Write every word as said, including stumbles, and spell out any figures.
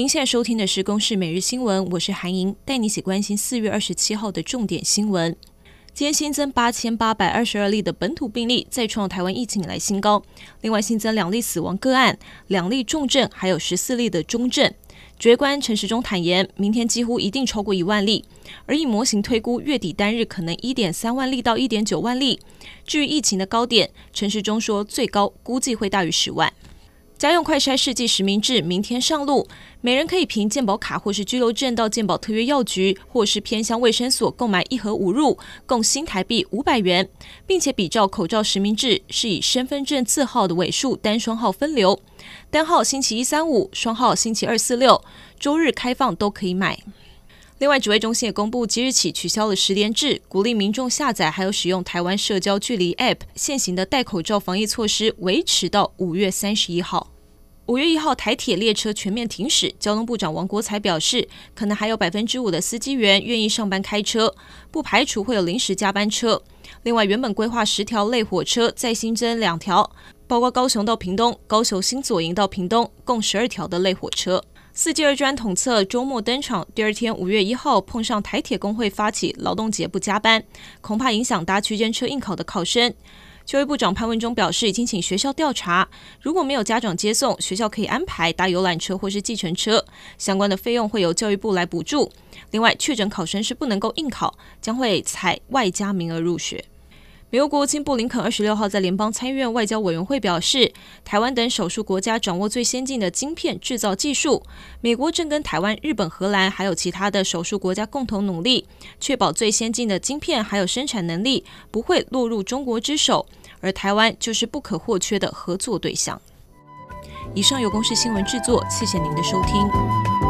您现在收听的是《公视每日新闻》，我是韩莹，带你一起关心四月二十七号的重点新闻。今天新增八千八百二十二例的本土病例，再创台湾疫情以来新高。另外新增两例死亡个案，两例重症，还有十四例的中症。指挥官陈时中坦言，明天几乎一定超过一万例，而以模型推估，月底单日可能 一点三万例到 一点九万例。至于疫情的高点，陈时中说最高估计会大于十万。家用快筛试剂实名制明天上路，每人可以凭健保卡或是居留证到健保特约药局或是偏乡卫生所购买一盒五入，共新台币五百元，并且比照口罩实名制，是以身份证字号的尾数单双号分流，单号星期一三五，双号星期二四六，周日开放都可以买。另外，指挥中心也公布，即日起取消了实联制，鼓励民众下载还有使用台湾社交距离 App， 现行的戴口罩防疫措施维持到五月三十一号。五月一号，台铁列车全面停驶，交通部长王国材表示，可能还有百分之五的司机员愿意上班开车，不排除会有临时加班车。另外，原本规划十条类火车，再新增两条，包括高雄到屏东、高雄新左营到屏东，共十二条的类火车。四季二专统测周末登场，第二天五月一号碰上台铁工会发起劳动节不加班，恐怕影响搭区间车应考的考生。教育部长潘文忠表示，已经请学校调查，如果没有家长接送，学校可以安排搭游览车或是计程车，相关的费用会由教育部来补助。另外，确诊考生是不能够应考，将会采外加名额入学。美国国务卿布林肯二十六号在联邦参议院外交委员会表示，台湾等少数国家掌握最先进的晶片制造技术，美国正跟台湾、日本、荷兰还有其他的少数国家共同努力，确保最先进的晶片还有生产能力不会落入中国之手，而台湾就是不可或缺的合作对象。以上由公视新闻制作，谢谢您的收听。